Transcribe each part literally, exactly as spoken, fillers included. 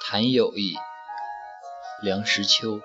谈友谊，梁实秋。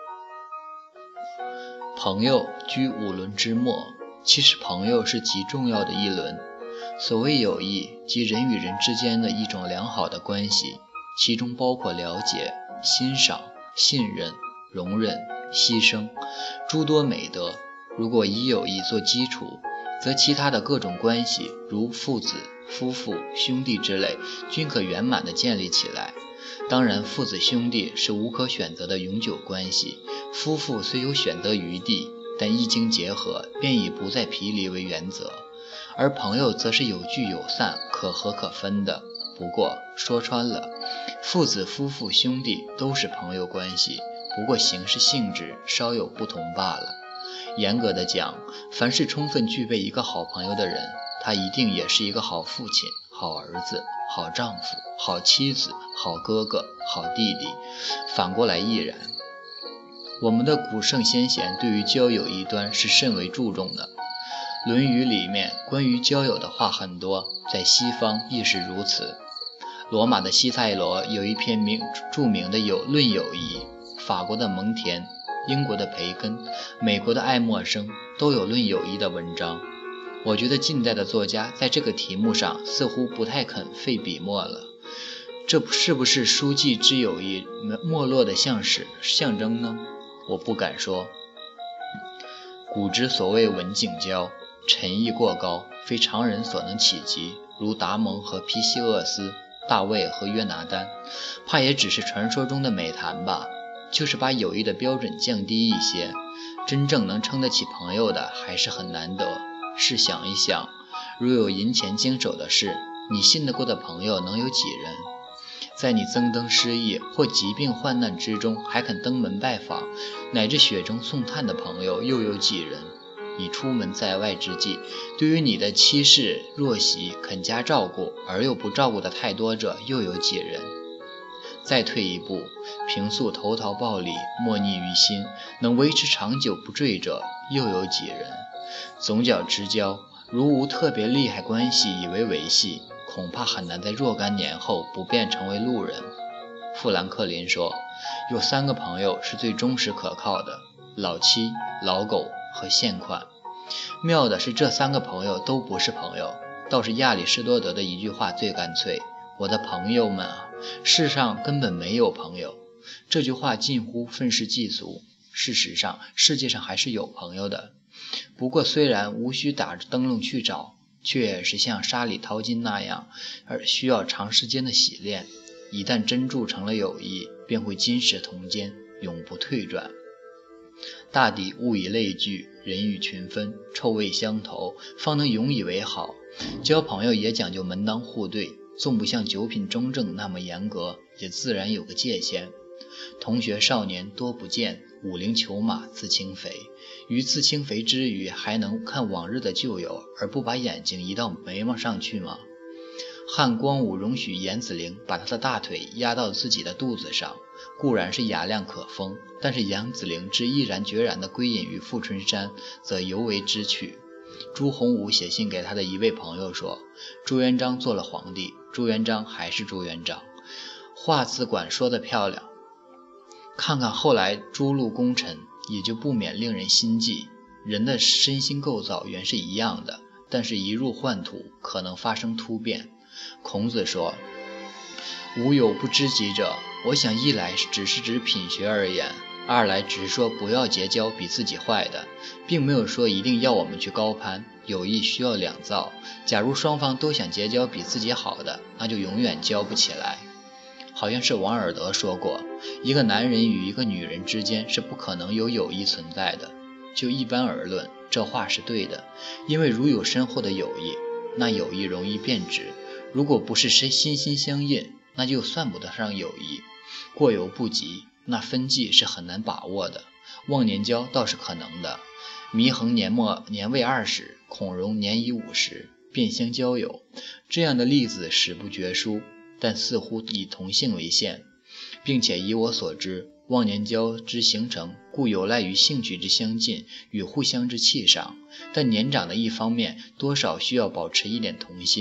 朋友居五伦之末，其实朋友是极重要的一伦。所谓友谊，即人与人之间的一种良好的关系，其中包括了解、欣赏、信任、容忍、牺牲诸多美德。如果以友谊做基础，则其他的各种关系，如父子、夫妇、兄弟之类，均可圆满地建立起来。当然，父子兄弟是无可选择的永久关系，夫妇虽有选择余地，但一经结合，便以不再毗离为原则。而朋友则是有聚有散，可合可分的。不过说穿了，父子、夫妇、兄弟都是朋友关系，不过形式性质稍有不同罢了。严格的讲，凡是充分具备一个好朋友的人，他一定也是一个好父亲、好儿子、好丈夫、好妻子、好哥哥、好弟弟，反过来亦然。我们的古圣先贤对于交友一端是甚为注重的，《论语》里面关于交友的话很多，在西方亦是如此。罗马的西塞罗有一篇名著名的有论友谊，法国的蒙田、英国的培根、美国的爱默生都有论友谊的文章。我觉得近代的作家在这个题目上似乎不太肯费笔墨了，这是不是书记之友谊没落的象史象征呢？我不敢说。古之所谓文景交，陈意过高，非常人所能企及，如达蒙和皮西厄斯、大卫和约拿丹，怕也只是传说中的美谈吧，就是把友谊的标准降低一些，真正能称得起朋友的还是很难得。试想一想，如有银钱经手的事，你信得过的朋友能有几人？在你增登失意或疾病患难之中还肯登门拜访，乃至雪中送炭的朋友又有几人？你出门在外之际，对于你的妻室若媳肯加照顾而又不照顾的太多者又有几人？再退一步，平素投桃报李，莫逆于心，能维持长久不坠者又有几人？总角之交，如无特别利害关系以为维系，恐怕很难在若干年后不便成为路人。富兰克林说，有三个朋友是最忠实可靠的，老妻、老狗和现款。妙的是，这三个朋友都不是朋友，倒是亚里士多德的一句话最干脆，我的朋友们啊，世上根本没有朋友。这句话近乎愤世嫉俗，事实上世界上还是有朋友的，不过虽然无需打着灯笼去找，却也是像沙里淘金那样，而需要长时间的洗练。一旦真铸成了友谊，便会金石同坚，永不退转。大抵物以类聚，人以群分，臭味相投，方能永以为好。交朋友也讲究门当户对，纵不像九品中正那么严格，也自然有个界限。同学少年多不见，五陵裘马自轻肥。于自轻肥之余，还能看往日的旧友，而不把眼睛移到眉毛上去吗？汉光武容许严子陵把他的大腿压到自己的肚子上，固然是雅量可封，但是严子陵之毅然决然地归隐于富春山，则尤为知趣。朱洪武写信给他的一位朋友说，朱元璋做了皇帝，朱元璋还是朱元璋，话字管说得漂亮。看看后来诸路功臣，也就不免令人心悸。人的身心构造原是一样的，但是一入宦土，可能发生突变。孔子说，无有不知己者。我想一来只是指品学而言，二来只是说不要结交比自己坏的，并没有说一定要我们去高攀。友谊需要两造，假如双方都想结交比自己好的，那就永远交不起来。好像是王尔德说过，一个男人与一个女人之间是不可能有友谊存在的。就一般而论，这话是对的，因为如有深厚的友谊，那友谊容易变质；如果不是谁心心相印，那就算不得上友谊。过犹不及，那分际是很难把握的。忘年交倒是可能的，祢衡年末年未二十，孔融年已五十，便相交友，这样的例子史不绝书，但似乎以同性为限，并且以我所知，忘年交之形成故有赖于兴趣之相近与互相之气上，但年长的一方面多少需要保持一点童心，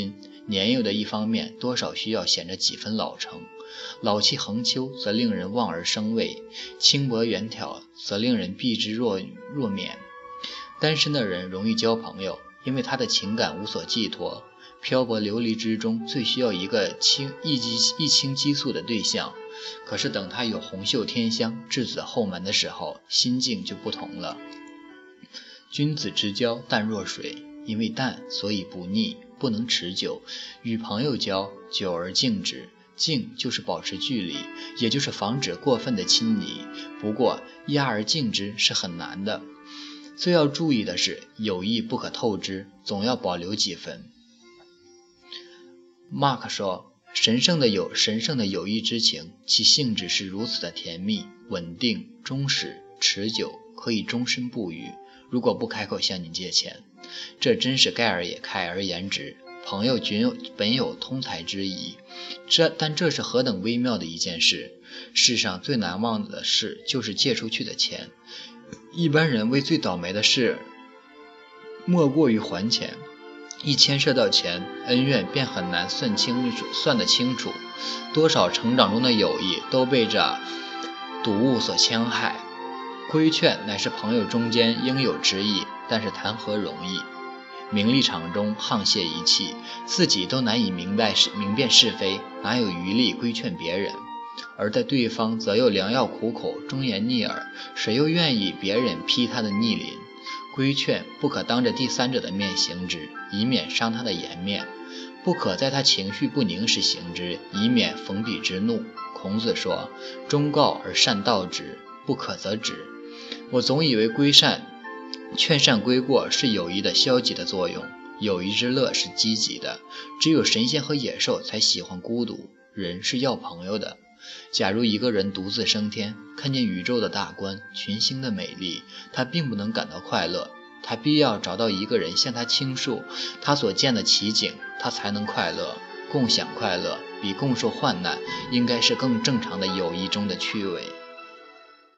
年幼的一方面多少需要显着几分老成，老气横秋则令人望而生畏，轻薄远挑则令人避之若若免。单身的人容易交朋友，因为他的情感无所寄托，漂泊流离之中最需要一个倾一激一倾激素的对象。可是等他有红袖添香，稚子后门的时候，心境就不同了。君子之交淡若水，因为淡所以不腻，不能持久。与朋友交，久而敬之，敬就是保持距离，也就是防止过分的亲昵。不过压而敬之是很难的。最要注意的是，友谊不可透支，总要保留几分。Mark 说，神圣的友神圣的友谊之情，其性质是如此的甜蜜、稳定、忠实、持久，可以终身不渝。如果不开口向你借钱，这真是盖而也开而言之。朋友均有本有通财之谊，这但这是何等微妙的一件事。世上最难忘的事就是借出去的钱。一般人为最倒霉的事莫过于还钱，一牵涉到钱，恩怨便很难算清楚算得清楚。多少成长中的友谊都被这赌物所戕害。规劝乃是朋友中间应有之义，但是谈何容易。名利场中沆瀣一气，自己都难以明白是明辨是非，哪有余力规劝别人？而在对方则又良药苦口，忠言逆耳，谁又愿意别人批他的逆鳞？规劝不可当着第三者的面行之，以免伤他的颜面；不可在他情绪不宁时行之，以免逢彼之怒。孔子说：“忠告而善道之，不可则止。”我总以为归善、劝善归过是友谊的消极的作用，友谊之乐是积极的。只有神仙和野兽才喜欢孤独，人是要朋友的。假如一个人独自升天，看见宇宙的大观、群星的美丽，他并不能感到快乐，他必要找到一个人向他倾诉他所见的奇景，他才能快乐。共享快乐比共受患难应该是更正常的友谊中的趣味。